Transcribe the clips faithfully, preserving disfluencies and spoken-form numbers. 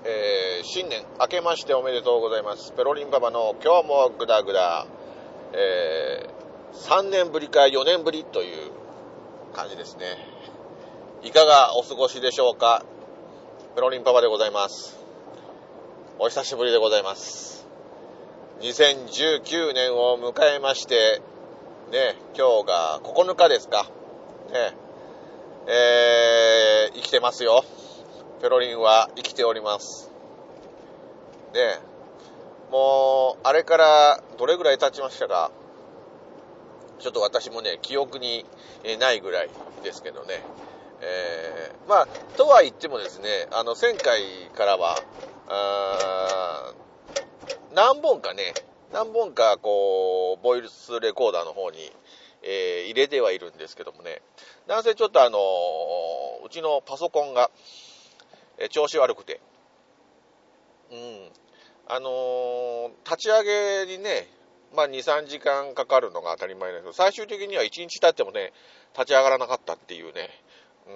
えー、新年明けましておめでとうございます。ペロリンパパの今日もグダグダ、えー、さんねんぶりかよねんぶりという感じですね。いかがお過ごしでしょうか。ペロリンパパでございます。お久しぶりでございます。にせんじゅうきゅうねんを迎えましてね、今日がここのかですかね、えー、生きてますよ。ペロリンは生きております。ね、もうあれからどれぐらい経ちましたか。ちょっと私もね記憶にないぐらいですけどね。えー、まあとは言ってもですね、あのせんかいからはあ何本かね何本かこうボイスレコーダーの方に、えー、入れてはいるんですけどもね、なんせちょっとあのうちのパソコンが、えー、調子悪くて、うんあのー、立ち上げにね、まあに、さんじかんかかるのが当たり前なんですけど、最終的にはいちにち経ってもね、立ち上がらなかったっていうね。うん、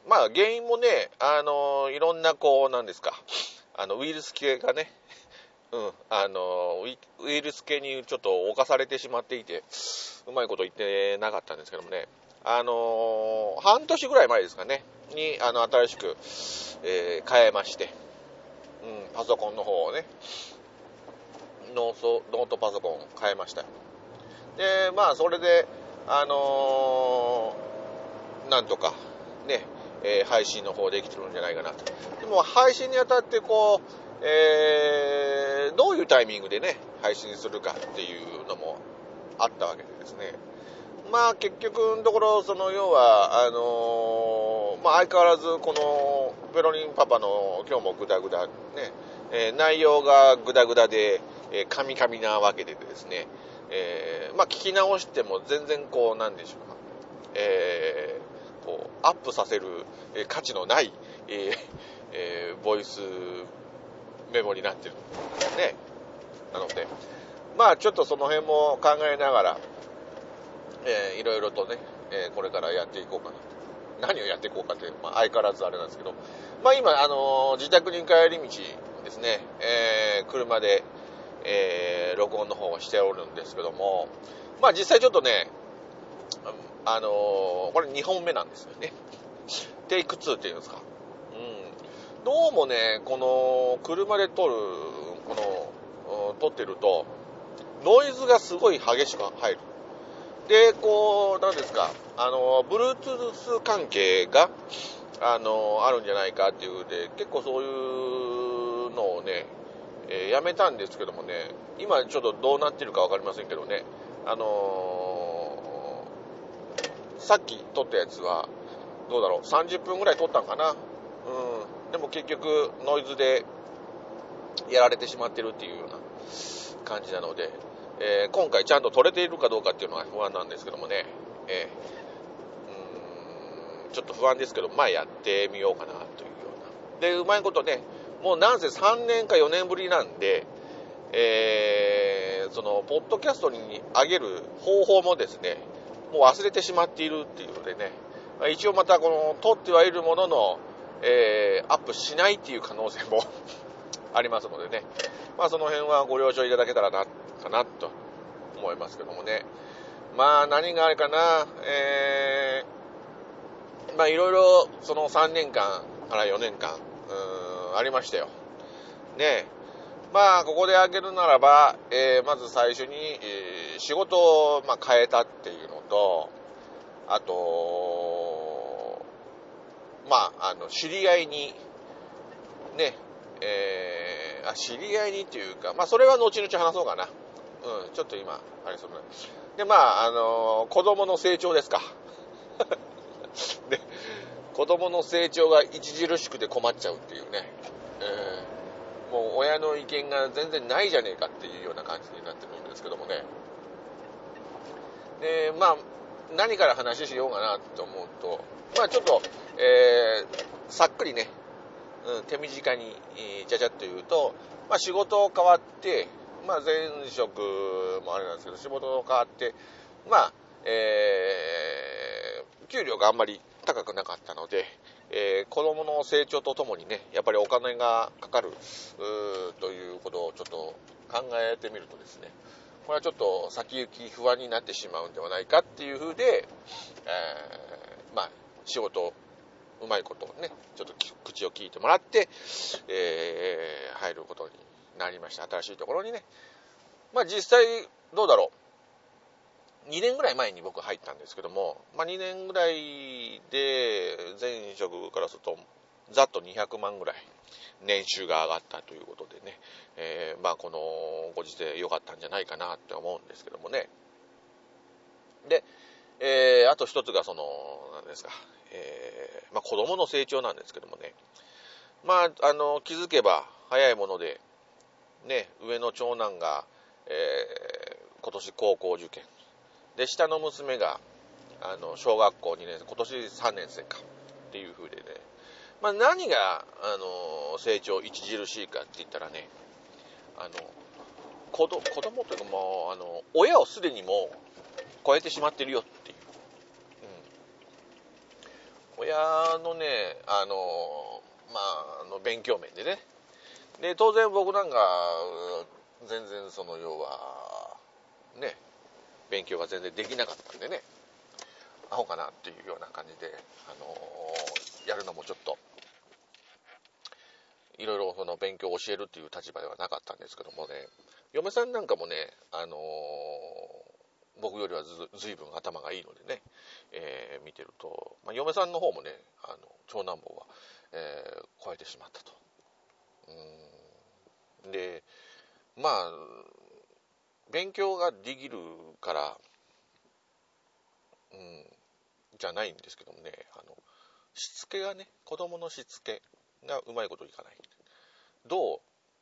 まあ原因もね、あのー、いろんなこう、なんですか、あの、ウイルス系がね、うん、あのー、ウイルス系にちょっと侵されてしまっていて、うまいこと言ってなかったんですけどもね、あのー、半年ぐらい前ですかね、に、あの、新しく、えー、変えまして、うん、パソコンの方をね、ノート、ノートパソコン変えました。で、まあ、それで、あのー、なんとか、ね、えー、配信の方できてるんじゃないかなと。でも、配信にあたって、こう、えー、どういうタイミングでね、配信するかっていうのもあったわけでですね。まあ、結局のところ、その、要は、あのー、まあ、相変わらず、この、ペロリンパパの今日もグダグダ、ね、えー、内容がグダグダで、えー、カミカミなわけでですね、えー、まあ、聞き直しても全然こう、なんでしょうか、えー、こう、アップさせる、えー、価値のない、えーえー、ボイスメモになってるんですね。なので、まあ、ちょっとその辺も考えながら、えー、いろいろとね、えー、これからやっていこうかなと。何をやっていこうかって、まあ、相変わらずあれなんですけど、まあ今、あのー、自宅に帰り道ですね、えー、車で、えー、録音の方をしておるんですけども、まあ実際ちょっとね、あのー、これにほんめなんですよね。テイクツーっていうんですか。うん。どうもね、この、車で撮る、この、うん、撮ってると、ノイズがすごい激しく入る。で、こう、なんですか、あの、Bluetooth 関係が、あの、あるんじゃないかっていうで、結構そういうのをね、えー、やめたんですけどもね、今ちょっとどうなってるかわかりませんけどね、あのー、さっき撮ったやつは、どうだろう、さんじゅっぷんぐらい撮ったんかな。うん。でも結局、ノイズでやられてしまってるっていうような感じなので、えー、今回ちゃんと撮れているかどうかっていうのは不安なんですけどもね、えー、うーんちょっと不安ですけど、まあやってみようかなというような。で、うまいことね、もうなんせさんねんかよねんぶりなんで、えー、その、ポッドキャストに上げる方法もですね、もう忘れてしまっているっていうのでね、一応またこの、撮ってはいるものの、えー、アップしないっていう可能性もありますのでね、まあその辺はご了承いただけたらな、かなと思いますけどもね。まあ何があれかな、えー、まあいろいろそのさんねんかんからよねんかん、うーん、ありましたよ。ねえ。まあここで挙げるならば、えー、まず最初に、えー、仕事を、まあ、変えたっていうのと、あと、まあ、あの、知り合いに、ね、えー、あ、知り合いにっていうか、まあそれは後々話そうかな。うん、ちょっと今、あれその、で、まあ、あのー、子供の成長ですか。で、子供の成長が著しくて困っちゃうっていうね。えー、もう親の意見が全然ないじゃねえかっていうような感じになってるんですけどもね。で、まあ、何から話しようかなと思うと、まあちょっと、えー、さっくりね、うん、手短に、えー、ちゃちゃっと言うと、まあ仕事変わって、まあ前職もあれなんですけど、仕事変わって、まあ、えー、給料があんまり高くなかったので、 えー、子供の成長とともにね、やっぱりお金がかかるということをちょっと考えてみるとですね、これはちょっと先行き不安になってしまうんではないかっていう風で、えー、まあ仕事うまいことをね、ちょっと口を聞いてもらって、えー、入ることになりました。新しいところにね。まあ実際どうだろう。にねんぐらい前に僕入ったんですけども、まあにねんぐらいで前職からするとざっとにひゃくまんぐらい年収が上がったということでね、えー、まあこのご時世良かったんじゃないかなって思うんですけどもね。で、えー、あと一つがその何ですか、えー、まあ子供の成長なんですけどもね、まああの気づけば早いものでね、上の長男が、えー、今年高校受験で、下の娘があの小学校にねん生、今年さんねん生かっていう風でね、まあ、何が、あの成長著しいかって言ったらね、あの子ど子供というかもうあの親をすでにもう超えてしまってるよっていう、うん、親のね、あのまあ、あの勉強面でね、で当然僕なんか全然その要はね、勉強が全然できなかったんでね、アホかなっていうような感じで、あのー、やるのもちょっといろいろその勉強を教えるっていう立場ではなかったんですけどもね、嫁さんなんかもね、あのー、僕よりは ず, ずいぶん頭がいいのでね、えー、見てると、まあ、嫁さんの方もね、あの長男坊は、えー、超えてしまったと。うーんで、まあ勉強ができるから、うん、じゃないんですけどもね、あのしつけがね、子供のしつけがうまいこといかない。どう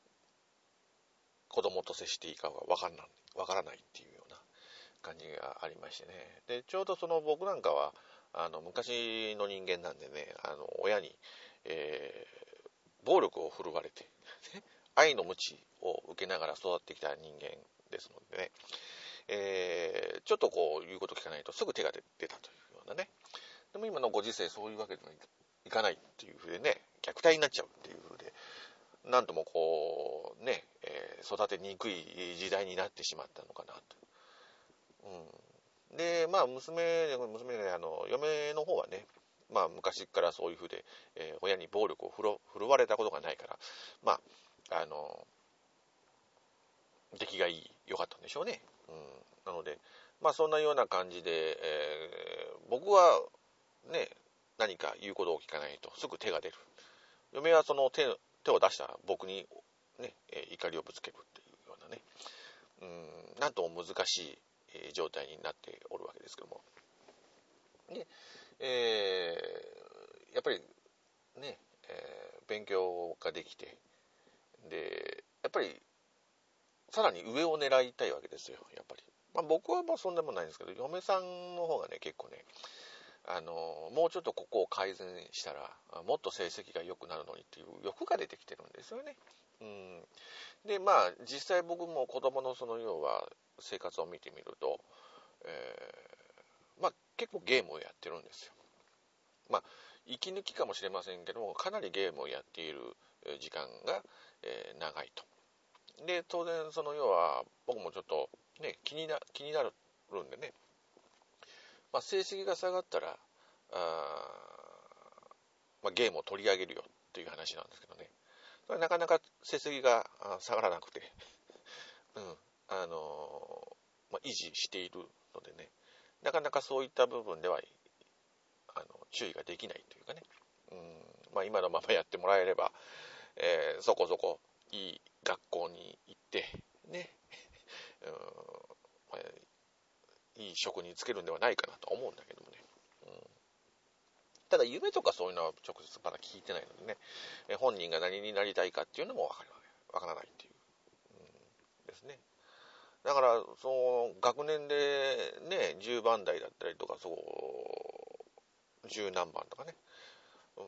子供と接していいかがわからない、わからないっていうような感じがありましてね。で、ちょうどその僕なんかは、あの、昔の人間なんでね、あの、親に、えー、暴力を振るわれて、愛の鞭を受けながら育ってきた人間ですのでね、えー、ちょっとこう言うこと聞かないとすぐ手が出たというようなね。でも今のご時世そういうわけにはいかないっていうふうでね、虐待になっちゃうっていうふうで、なんともこうね、えー、育てにくい時代になってしまったのかなと。うん、で、まあ娘、娘ね、あの嫁の方はね、まあ昔からそういうふうで、えー、親に暴力を振る振るわれたことがないから、まああの出来がいい良かったんでしょうね。うん、なので、まあそんなような感じで、えー、僕はね、何か言うことを聞かないとすぐ手が出る。嫁はその手手を出した僕に、ね、怒りをぶつけるっていうようなね、うん、なんとも難しい状態になっておるわけですけども。で、えー、やっぱりね、えー、勉強ができて、で、やっぱりさらに上を狙いたいわけですよ、やっぱり。まあ、僕はまあそんでもないんですけど、嫁さんの方がね、結構ね、あのもうちょっとここを改善したらもっと成績が良くなるのにっていう欲が出てきてるんですよね。うん、でまあ実際僕も子供のその要は生活を見てみると、えー、まあ結構ゲームをやってるんですよ。まあ息抜きかもしれませんけども、かなりゲームをやっている時間が、えー、長いと。で当然その要は僕もちょっとね気にな気になるんでね、まあ、成績が下がったらあ、まあ、ゲームを取り上げるよっていう話なんですけどね、なかなか成績が下がらなくて、うん、あのー、まあ、維持しているのでね、なかなかそういった部分ではあの注意ができないというかね、うん、まあ、今のままやってもらえれば、えー、そこそこいい学校に行ってね、うん、まあ、いい職に就けるんではないかなと思うんだけどもね、うん、ただ夢とかそういうのは直接まだ聞いてないのでね、本人が何になりたいかっていうのもわかるわからないっていう、うん、ですね。だからその学年でねじゅうばん台だったりとか、そう十何番とかね、うん、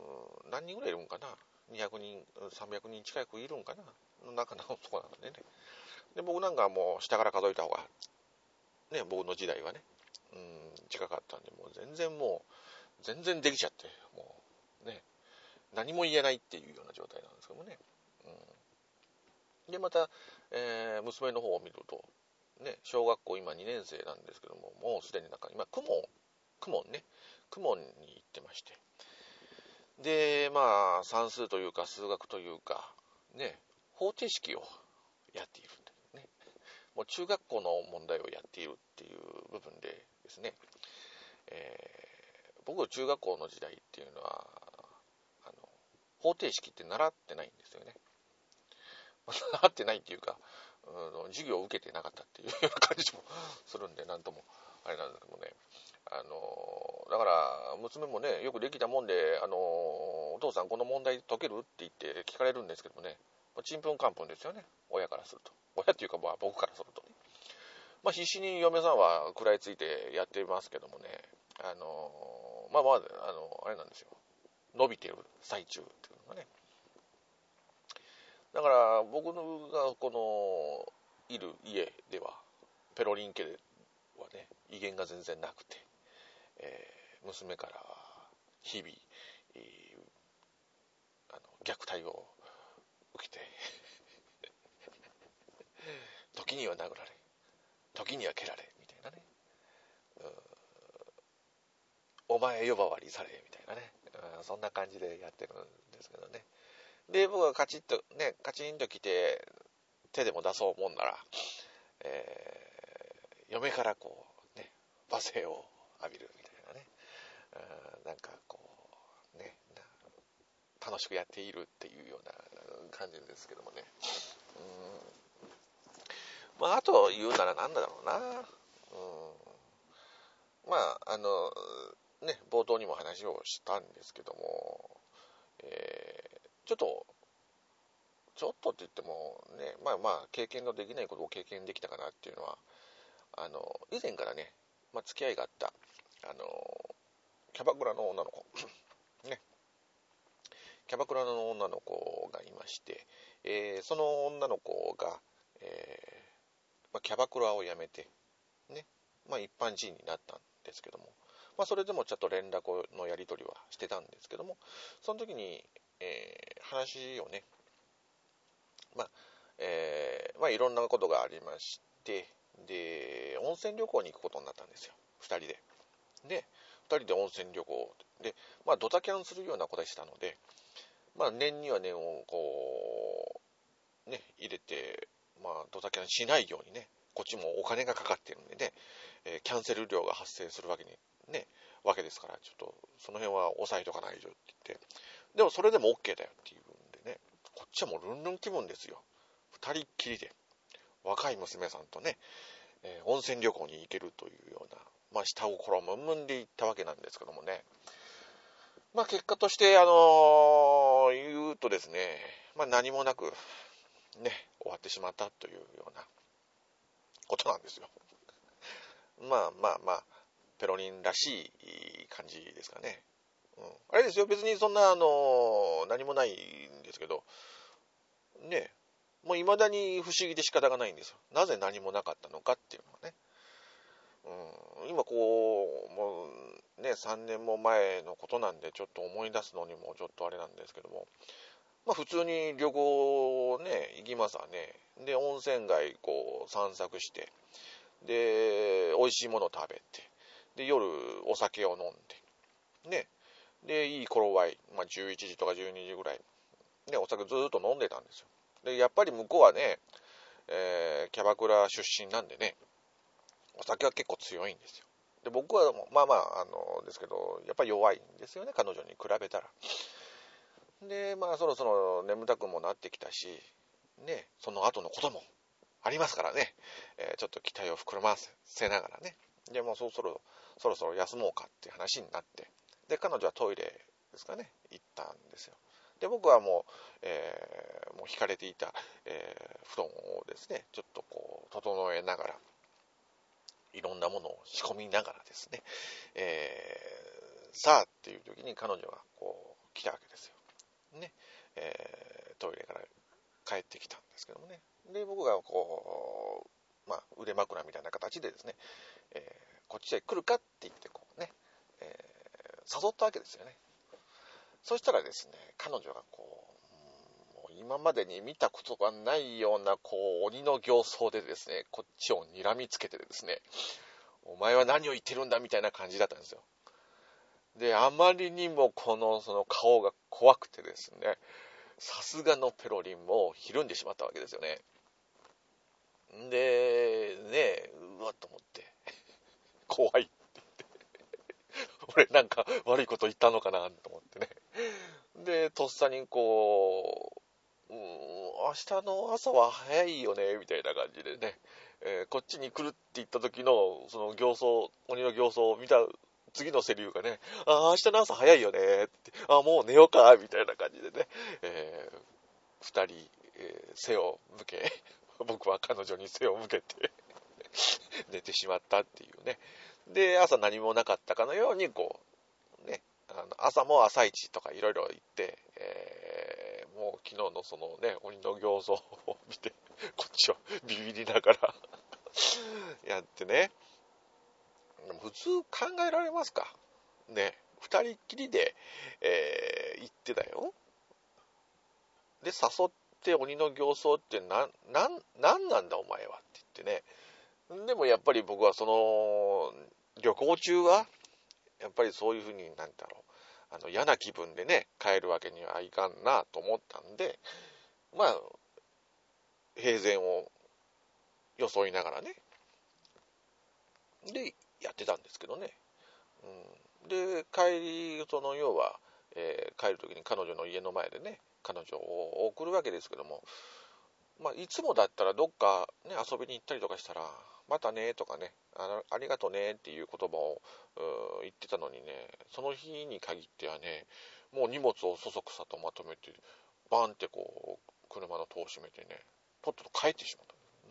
何人ぐらいいるんかな、にひゃくにんさんびゃくにん近くいるんかなの中のとこなのでね。で僕なんかはもう下から数えた方がね、僕の時代はね、うん、近かったんで、もう全然もう全然できちゃって、もうね、 何も言えないっていうような状態なんですけどもね。うん、でまた、えー、娘の方を見ると、ね、小学校今にねん生なんですけども、もうすでになんか今公文公文ね公文に行ってまして、でまあ算数というか数学というかね方程式をやっているんだよね。もう中学校の問題をやっているっていう部分でですね、えー、僕中学校の時代っていうのはあの方程式って習ってないんですよね。習ってないっていうか、うん、授業を受けてなかったっていうような感じもするんで、なんともあれなんですけどもね。あのだから娘もねよくできたもんで、あのお父さんこの問題解けるって言って聞かれるんですけどもね、ちんぷんかんぷんですよね、親からすると。親っていうかまあ僕からするとね、まあ、必死に嫁さんは食らいついてやってますけどもね、あのまあまああのあれなんですよ、伸びてる最中っていうのがね。だから僕がこのいる家ではペロリン家ではね威厳が全然なくて、えー、娘から日々、えー、あの虐待を受けて時には殴られ時には蹴られみたいなね、お前呼ばわりされみたいなね、うん、そんな感じでやってるんですけどね。で僕がカチッとねカチンと来て手でも出そうもんなら、えー、嫁からこうね罵声を浴びるみたいなね、うん、なんかこうね楽しくやっているっていうような感じですけどもね。うん、まああと言うならなんだろうな、うん、まああのね冒頭にも話をしたんですけども、えー、ちょっとちょっとって言ってもね、まあまあ経験のできないことを経験できたかなっていうのは、あの以前からね、まあ、付き合いがあったあのキャバクラの女の子ね、キャバクラの女の子がいまして、えー、その女の子が、えーまあ、キャバクラを辞めてね、まあ、一般人になったんですけども、まあ、それでもちょっと連絡のやり取りはしてたんですけども、その時に、えー、話をね、まあえーまあ、いろんなことがありまして、で温泉旅行に行くことになったんですよ、ふたりで。でふたりで温泉旅行で、まあ、ドタキャンするようなことでしたので、まあ、念には念をこうね入れて、まあ、ドタキャンしないようにね、こっちもお金がかかってるんでね、えー、キャンセル料が発生するわけにねわけですから、ちょっとその辺は抑えとかないとって言って、でもそれでも OK だよっていうんでね、こっちはもうルンルン気分ですよ。二人っきりで若い娘さんとね、えー、温泉旅行に行けるというような、まあ、下心ムンムンで行ったわけなんですけどもね、まあ、結果としてあのー、言うとですね、まあ、何もなくね終わってしまったというようなことなんですよ。まあまあまあペロリンらしい感じですかね。うん、あれですよ、別にそんなあのー、何もないんですけどね、もう未だに不思議で仕方がないんですよ。なぜ何もなかったのかっていうのはね。うん、今こう、もうね、さんねんも前のことなんで、ちょっと思い出すのにもちょっとあれなんですけども、まあ普通に旅行ね、行きますわね。で、温泉街こう散策して、で、美味しいもの食べて、で、夜お酒を飲んで、ね、で、いい頃合い、まあじゅういちじとかじゅうにじぐらい、ね、お酒ずーっと飲んでたんですよ。で、やっぱり向こうはね、えー、キャバクラ出身なんでね、お酒は結構強いんですよ。で、僕はまあまあ、あの、ですけど、やっぱり弱いんですよね、彼女に比べたら。で、まあそろそろ眠たくもなってきたし、ね、その後のこともありますからね、えー、ちょっと期待を膨らませながらね、で、もうそろそろ、そろそろ休もうかっていう話になって、で、彼女はトイレですかね、行ったんですよ。で、僕はもう、えー、もう引かれていた、えー、布団をですね、ちょっとこう、整えながら、いろんなものを仕込みながらですね、えー、さあっていう時に彼女がこう、来たわけですよ。ね、えー、トイレから帰ってきたんですけどもね。で、僕がこう、まあ、腕枕みたいな形でですね、えー、こっちへ来るかって言ってこうね、えー、誘ったわけですよね。そしたらですね、 彼女がこう、もう今までに見たことがないようなこう鬼の形相でですね、こっちを睨みつけてですね、お前は何を言ってるんだみたいな感じだったんですよ。で、あまりにもこのその顔が怖くてですね、さすがのペロリンもひるんでしまったわけですよね。で、ね、うわっと思って、怖いって言って、俺なんか悪いこと言ったのかなと思ってね。で、とっさにこう、うーん、明日の朝は早いよね、みたいな感じでね、えー、こっちに来るって言った時の、その形相、鬼の形相を見た次のセリフがね、ああ、明日の朝早いよね、って、ああ、もう寝ようか、みたいな感じでね、えー、二人、えー、背を向け、僕は彼女に背を向けて寝てしまったっていうね。で、朝何もなかったかのように、こう、ね、あの朝も朝一とかいろいろ行って、えー、もう昨日のそのね、鬼の形相を見て、こっちをビビりながらやってね。普通考えられますかね。二人っきりで、えー、行ってたよ。で、誘って鬼の形相ってなん、なん、なんなんだお前はって言ってね。でもやっぱり僕はその、旅行中は、やっぱりそういうふうに、なんだろう、あの、嫌な気分でね、帰るわけにはいかんなと思ったんで、まあ、平然を装いながらね、で、やってたんですけどね。うん、で、帰り、その、要は、えー、帰るときに彼女の家の前でね、彼女を送るわけですけども、まあ、いつもだったらどっかね、遊びに行ったりとかしたら、またねとかね、あの、ありがとねっていう言葉を言ってたのにね、その日に限ってはね、もう荷物をそそくさとまとめて、バンってこう、車の戸を閉めてね、とっとと帰ってしまった。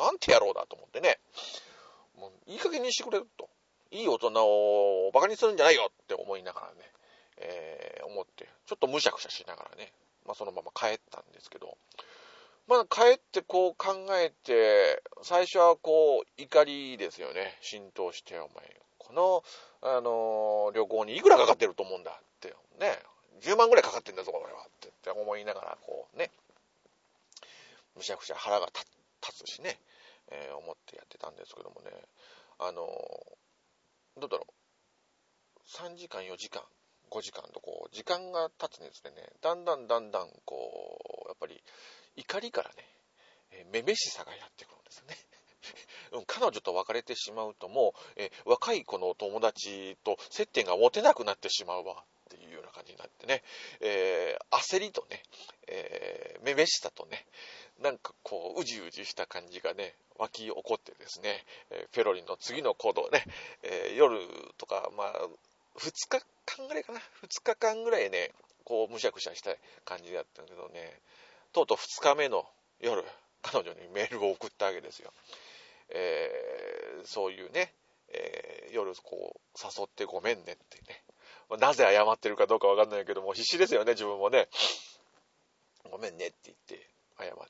なんて野郎だと思ってね、もういい加減にしてくれると。いい大人をバカにするんじゃないよって思いながらね、えー、思って、ちょっとむしゃくしゃしながらね、まあそのまま帰ったんですけど、まあ帰ってこう考えて、最初はこう怒りですよね。浸透して、お前、この、あのー、旅行にいくらかかってると思うんだって、ね、じゅうまんぐらいかかってんだぞ、俺はってって思いながら、こうね、むしゃくしゃ腹が立つしね、えー、思ってやってたんですけどもね、あのー、どうだろう、さんじかん、よじかん、ごじかんとこう、時間が経つにつれね、だんだんだんだんこう、やっぱり怒りからね、えー、めめしさがやってくるんですよね。彼女と別れてしまうともう、えー、若い子の友達と接点が持てなくなってしまうわっていうような感じになってね、えー、焦りとね、えー、めめしさとね、なんかこううじうじした感じがね湧き起こってですね、えー、ペロリンの次の行動ね、えー、夜とかまあふつかかんぐらいかな、ふつかかんぐらいねこうむしゃくしゃした感じだったけどね、とうとうふつかめの夜彼女にメールを送ったわけですよ。えー、そういうね、えー、夜こう誘ってごめんねってね、なぜ謝ってるかどうかわかんないけども必死ですよね自分もね。ごめんねって言って謝って、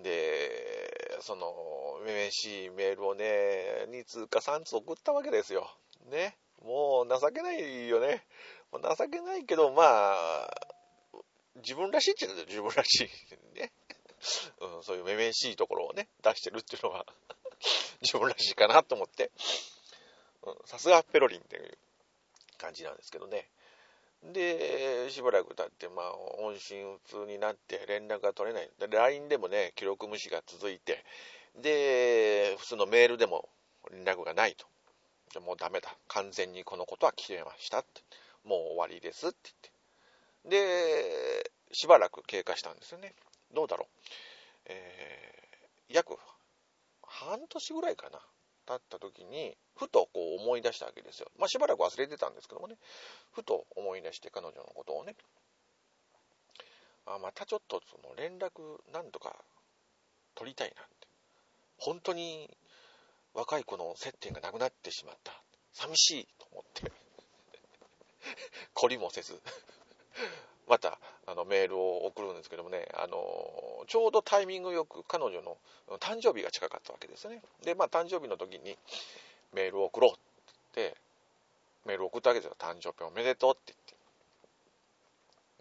でそのめめしいメールをねに通かさん通送ったわけですよね。もう情けないよね。情けないけどまあ自分らしいっちゃ自分らしいね、うん、そういうめめしいところをね出してるっていうのは自分らしいかなと思って、さすがペロリンっていう感じなんですけどね。で、しばらく経って、まあ、音信不通になって連絡が取れない。で ライン でもね、記録無視が続いて、で、普通のメールでも連絡がないと。でもうダメだ。完全にこのことは消えましたって。もう終わりですって言って。で、しばらく経過したんですよね。どうだろう。えー、約半年ぐらいかな。経った時に、ふとこう思い出したわけですよ。まあしばらく忘れてたんですけどもね。ふと思い出して彼女のことをね。あ、またちょっとその連絡何とか取りたいなって。本当に若い子の接点がなくなってしまった。寂しいと思って。懲りもせず。またあのメールを送るんですけどもね、あのちょうどタイミングよく彼女の誕生日が近かったわけですね。で、まあ誕生日の時にメールを送ろうってメールを送ったわけですよ。誕生日おめでとうって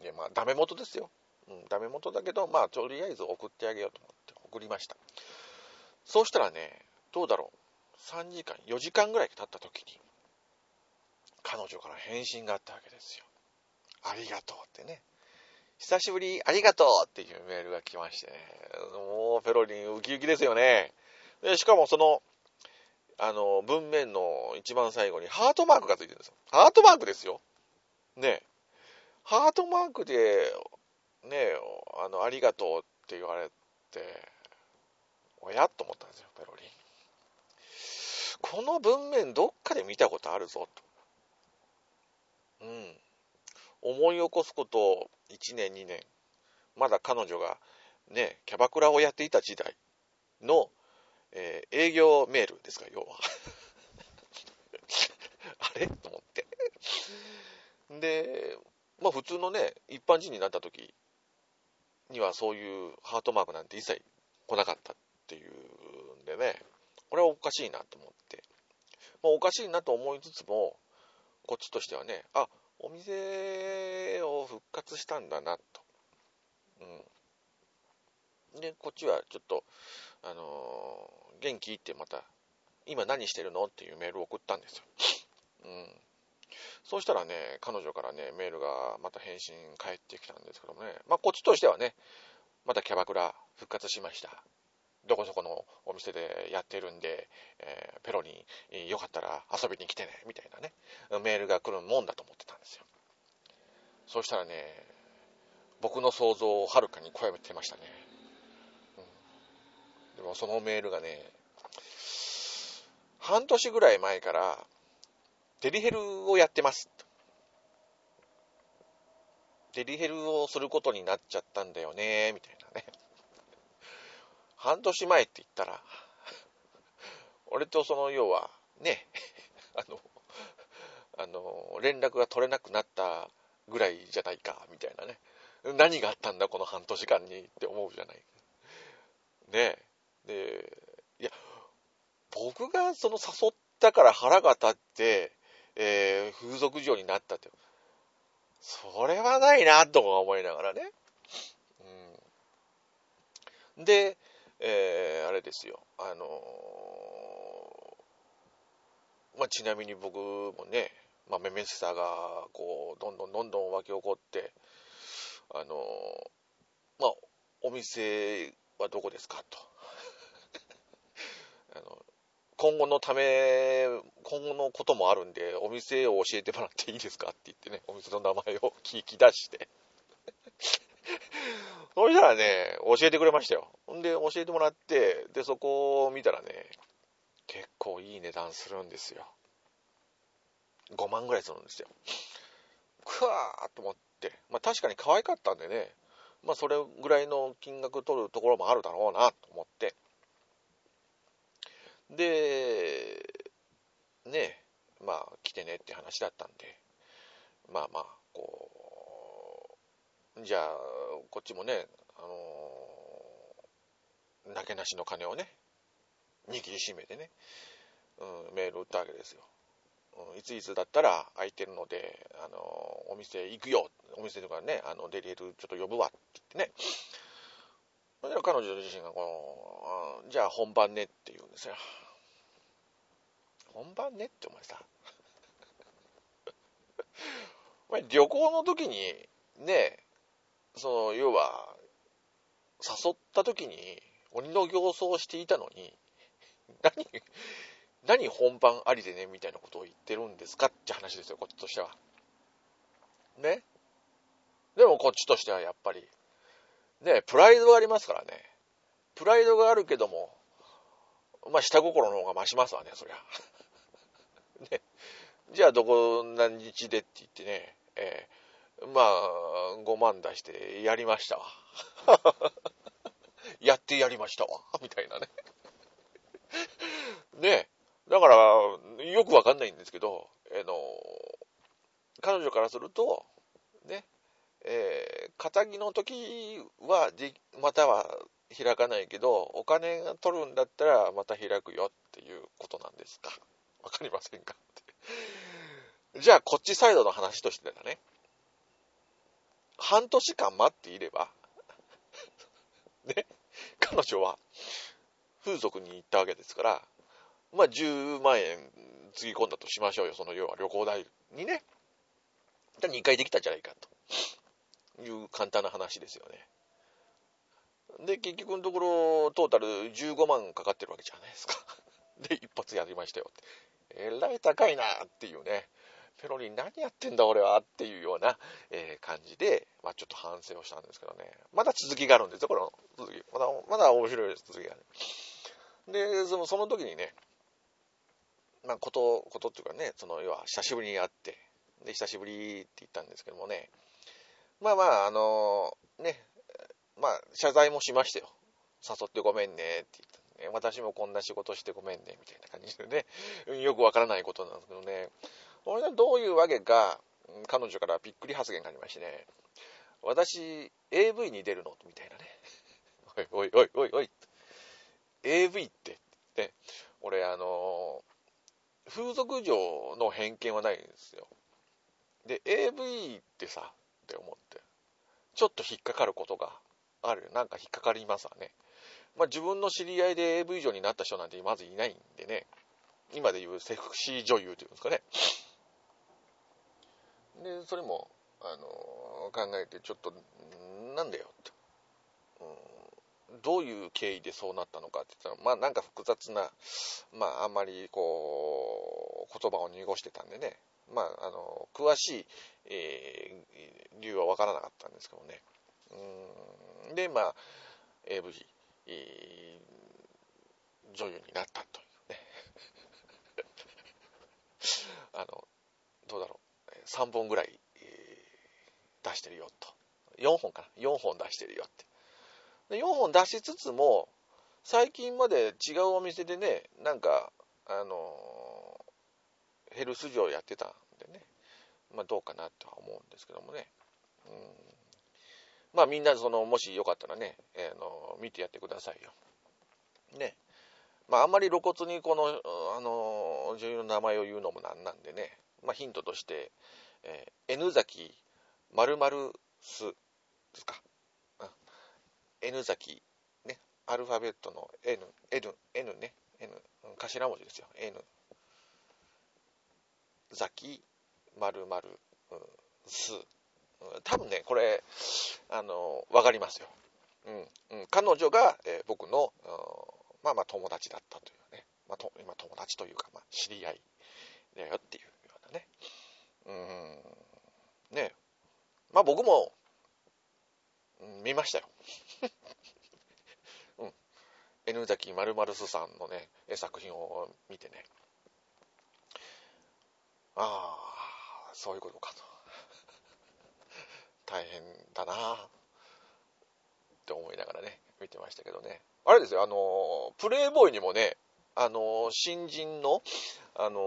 いやまあダメ元ですよ、うん、ダメ元だけど、まあとりあえず送ってあげようと思って送りました。そうしたらね、どうだろう、さんじかんよじかんぐらい経った時に彼女から返信があったわけですよ。ありがとうってね、久しぶりありがとうっていうメールが来ましてね、もうペロリンウキウキですよね。でしかもそのあの文面の一番最後にハートマークがついてるんですよ。ハートマークですよね。ハートマークでね、あのありがとうって言われて、おやっと思ったんですよ、ペロリン。この文面どっかで見たことあるぞと。うん。思い起こすこといちねんにねん、まだ彼女がねキャバクラをやっていた時代の、えー営業メールですか、要は。あれと思って。で、まあ普通のね一般人になった時にはそういうハートマークなんて一切来なかったっていうんでね、これはおかしいなと思って、まあ、おかしいなと思いつつも、こっちとしてはね、あ、お店を復活したんだなと。うん。で、こっちはちょっと、あのー、元気ってまた、今何してるのっていうメールを送ったんですよ。うん。そうしたらね、彼女からね、メールがまた返信返ってきたんですけどもね、まあこっちとしてはね、またキャバクラ復活しました。どこそこのお店でやってるんで、えー、ペロによかったら遊びに来てね、みたいなね、メールが来るもんだと思ってたんですよ。そうしたらね、僕の想像をはるかに超えてましたね。うん、でもそのメールがね、半年ぐらい前からデリヘルをやってます。デリヘルをすることになっちゃったんだよね、みたいなね。半年前って言ったら、俺とその要は、ね、あの、あの、連絡が取れなくなったぐらいじゃないか、みたいなね。何があったんだ、この半年間にって思うじゃない。ねで、いや、僕がその誘ったから腹が立って、えー、風俗嬢になったって、それはないな、とか思いながらね。うん、で、えー、あれですよ。あのー、まあ、ちなみに僕もね、まあ、めめしさが、こう、どんどんどんどん湧き起こって、あのー、まあ、お店はどこですかと。あの今後のため、今後のこともあるんで、お店を教えてもらっていいですかって言ってね、お店の名前を聞き出して。そしたらね、教えてくれましたよ。んで、教えてもらって、で、そこを見たらね、結構いい値段するんですよ。ごまんぐらいするんですよ。くわーっと思って。まあ確かに可愛かったんでね、まあそれぐらいの金額取るところもあるだろうなと思って。で、ね、まあ来てねって話だったんで、まあまあ、こう、じゃあ、こっちもね、あのー、なけなしの金をね、握りしめてね、うん、メール打ったわけですよ。うん、いついつだったら空いてるので、あのー、お店行くよ。お店とかね、あの、デリヘルちょっと呼ぶわって言ってね。それで彼女自身がこの、じゃあ本番ねって言うんですよ。本番ねってお前さ、お前旅行の時に、ね、その、要は、誘った時に鬼の形相をしていたのに、何、何本番ありでね、みたいなことを言ってるんですかって話ですよ、こっちとしては。ね。でもこっちとしてはやっぱり、ね、プライドがありますからね。プライドがあるけども、まあ、下心の方が増しますわね、そりゃ。ね。じゃあ、どこ何日でって言ってね、えー、まあ、ごまん出してやりましたわ。やってやりましたわ。みたいなね。ね。だから、よくわかんないんですけど、あの、彼女からすると、ね、えー、肩着の時はで、または開かないけど、お金が取るんだったらまた開くよっていうことなんですか。わかりませんかって。じゃあ、こっちサイドの話としてだね。 半年間待っていれば、ね、彼女は風俗に行ったわけですから、まあじゅうまんえんつぎ込んだとしましょうよ。その要は旅行代にね。じゃあにかいできたじゃないかという簡単な話ですよね。で、結局のところトータルじゅうごまんかかってるわけじゃないですか。で、一発やりましたよって。えらい高いなっていうね。ペロリン何やってんだ俺はっていうような、えー、感じで、まあちょっと反省をしたんですけどね。まだ続きがあるんですよ、この続き。まだ、まだ面白いです、続きがね。で、その、その時にね、まあこと、ことっていうかね、その、要は久しぶりに会って、で、久しぶりって言ったんですけどもね。まあまあ、あのー、ね、まあ謝罪もしましたよ。誘ってごめんねって言った。私もこんな仕事してごめんねみたいな感じでね、よくわからないことなんですけどね、俺はどういうわけか彼女からびっくり発言がありましてね、私 エーブイ に出るのみたいなね、おいおいおいおいおい エーブイ ってね、俺あの風俗嬢の偏見はないんですよ。で エーブイ ってさって思ってちょっと引っかかることがあるよ。なんか引っかかりますわね。まあ、自分の知り合いで エーブイ 女になった人なんてまずいないんでね、今でいうセクシー女優というんですかね。で、それも、あのー、考えてちょっと、なんだよと、うん、どういう経緯でそうなったのかって言ったら、まあなんか複雑な、まああんまりこう、言葉を濁してたんでね、まああの、詳しい、えー、理由はわからなかったんですけどね。うん、で、まあ、エーブイ、えー、女優になったというね。あの、どうだろう。さんぼんぐらい、えー、出してるよと。よんほんかな。よんほん出してるよって。でよんほん出しつつも、最近まで違うお店でね、なんか、あのー、ヘルス嬢やってたんでね、まあどうかなとは思うんですけどもね。うん、まあみんな、その、もしよかったらね、えー、の見てやってくださいよ。ね。まああんまり露骨にこの、あのー、女優の名前を言うのもなんなんでね、まあヒントとして、えー、N 崎〇〇スですか。うん、N 崎、ね、アルファベットの N、N、N ね、N、頭文字ですよ。N、崎〇〇ス。多分ね、これ、あの、わかりますよ。うん、うん、彼女が、えー、僕の、まあまあ友達だったというね。まあ、と今友達というか、まあ、知り合いだよっていうようなね。うん、ね。まあ僕も、うん、見ましたよ。うん。N 崎〇〇スさんのね、作品を見てね。ああ、そういうことかと。大変だなって思いながらね、見てましたけどね。あれですよ、あの、プレイボーイにもね、あの、新人の、あの、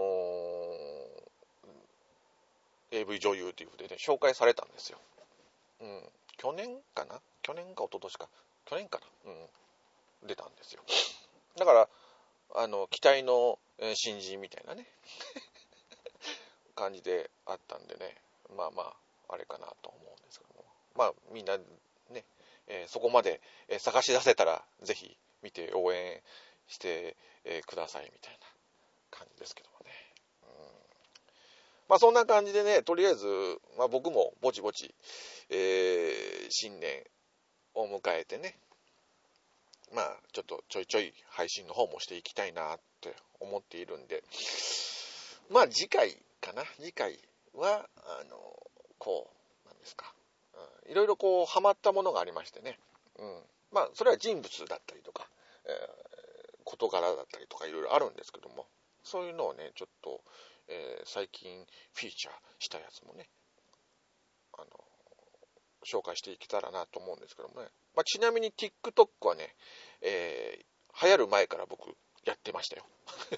エーブイ 女優ということでね、紹介されたんですよ。うん。去年かな去年か一昨年か。去年かなうん。出たんですよ。だから、あの、期待の新人みたいなね、感じであったんでね、まあまあ、あれかなと思うんですけども。まあ、みんなね、えー、そこまで探し出せたら、ぜひ見て応援して、えー、くださいみたいな感じですけどもね。うん、まあそんな感じでね、とりあえず、まあ僕もぼちぼち、えー、新年を迎えてね、まあちょっとちょいちょい配信の方もしていきたいなって思っているんで、まあ次回かな、次回は、あの、こう、なんですか、うん、いろいろこう、ハマったものがありましてね、うん。まあそれは人物だったりとか、えー、事柄だったりとかいろいろあるんですけども、そういうのをね、ちょっと、えー、最近フィーチャーしたやつもね、あの、紹介していけたらなと思うんですけどもね。まあ、ちなみに TikTok はね、えー、流行る前から僕やってましたよ。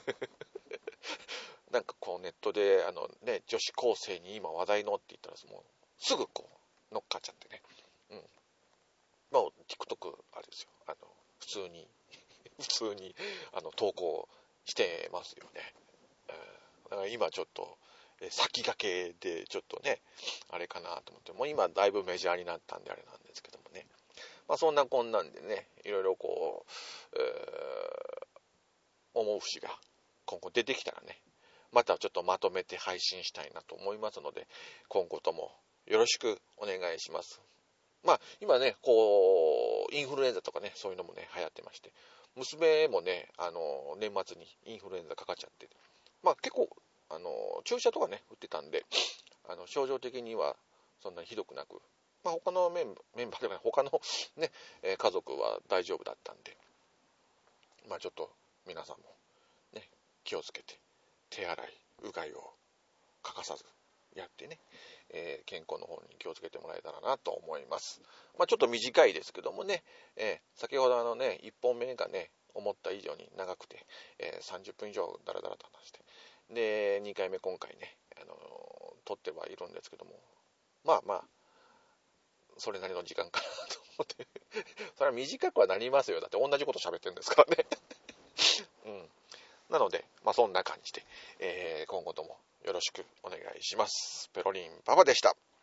なんかこうネットで、あのね、女子高生に今話題のって言ったらもうすぐこう乗っかっちゃってね。うん。まあ、TikTok あれですよ。あの、普通に、普通に、あの、投稿してますよね。だから今ちょっと、 先駆けでちょっとね、あれかなと思って、もう今だいぶメジャーになったんであれなんですけどもね。まあそんなこんなんでね、いろいろこう、えー、思う節が今後出てきたらね、またちょっとまとめて配信したいなと思いますので、今後ともよろしくお願いします。まあ今ね、こう、インフルエンザとかね、そういうのもね、流行ってまして、娘もね、あの、年末にインフルエンザかかっちゃって、まあ結構、あの、注射とかね、打ってたんで、あの、症状的にはそんなにひどくなく、まあ他のメンバー、メンバーでは他のね、家族は大丈夫だったんで、まあちょっと皆さんもね、気をつけて、手洗い、うがいを欠かさずやってね、えー、健康の方に気をつけてもらえたらなと思います。まあちょっと短いですけどもね、えー、先ほどあのね、いっぽんめがね、思った以上に長くて、えー、さんじゅっぷん以上ダラダラと話して、で、にかいめ今回ね、あのー、撮ってはいるんですけども、まあまあ、それなりの時間かなと思って、それは短くはなりますよ。だって同じこと喋ってるんですからね。うん。なので、まあそんな感じで、えー、今後ともよろしくお願いします。ペロリンパパでした。